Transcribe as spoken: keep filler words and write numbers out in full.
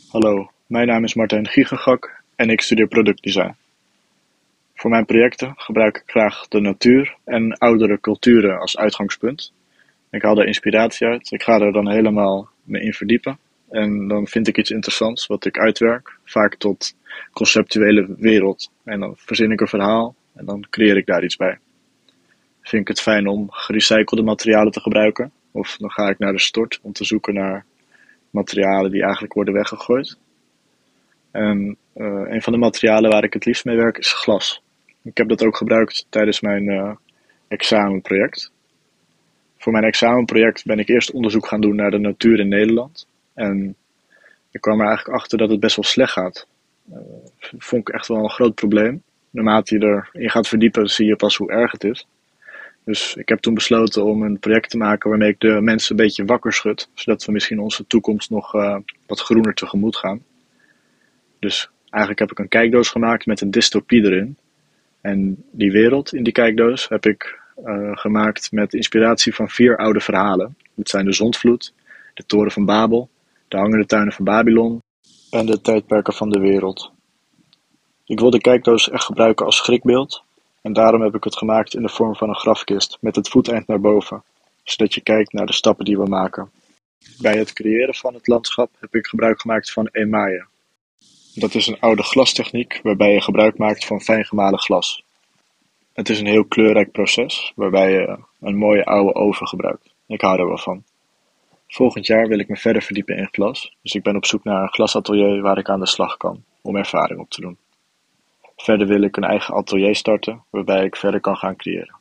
Hallo, mijn naam is Martijn Giegengak en ik studeer productdesign. Voor mijn projecten gebruik ik graag de natuur en oudere culturen als uitgangspunt. Ik haal daar inspiratie uit, ik ga er dan helemaal mee in verdiepen. En dan vind ik iets interessants wat ik uitwerk, vaak tot conceptuele wereld. En dan verzin ik een verhaal en dan creëer ik daar iets bij. Vind ik het fijn om gerecyclede materialen te gebruiken? Of dan ga ik naar de stort om te zoeken naar materialen die eigenlijk worden weggegooid. En eh, een van de materialen waar ik het liefst mee werk is glas. Ik heb dat ook gebruikt tijdens mijn eh, examenproject. Voor mijn examenproject ben ik eerst onderzoek gaan doen naar de natuur in Nederland. En ik kwam er eigenlijk achter dat het best wel slecht gaat. Dat vond ik echt wel een groot probleem. Naarmate je erin gaat verdiepen zie je pas hoe erg het is. Dus ik heb toen besloten om een project te maken waarmee ik de mensen een beetje wakker schud. Zodat we misschien onze toekomst nog uh, wat groener tegemoet gaan. Dus eigenlijk heb ik een kijkdoos gemaakt met een dystopie erin. En die wereld in die kijkdoos heb ik uh, gemaakt met inspiratie van vier oude verhalen. Dat zijn de Zondvloed, de Toren van Babel, de Hangende Tuinen van Babylon en de Tijdperken van de Wereld. Ik wil de kijkdoos echt gebruiken als schrikbeeld. En daarom heb ik het gemaakt in de vorm van een grafkist met het voeteind naar boven. Zodat je kijkt naar de stappen die we maken. Bij het creëren van het landschap heb ik gebruik gemaakt van emaille. Dat is een oude glastechniek waarbij je gebruik maakt van fijn gemalen glas. Het is een heel kleurrijk proces waarbij je een mooie oude oven gebruikt. Ik hou er wel van. Volgend jaar wil ik me verder verdiepen in glas, dus ik ben op zoek naar een glasatelier waar ik aan de slag kan om ervaring op te doen. Verder wil ik een eigen atelier starten waarbij ik verder kan gaan creëren.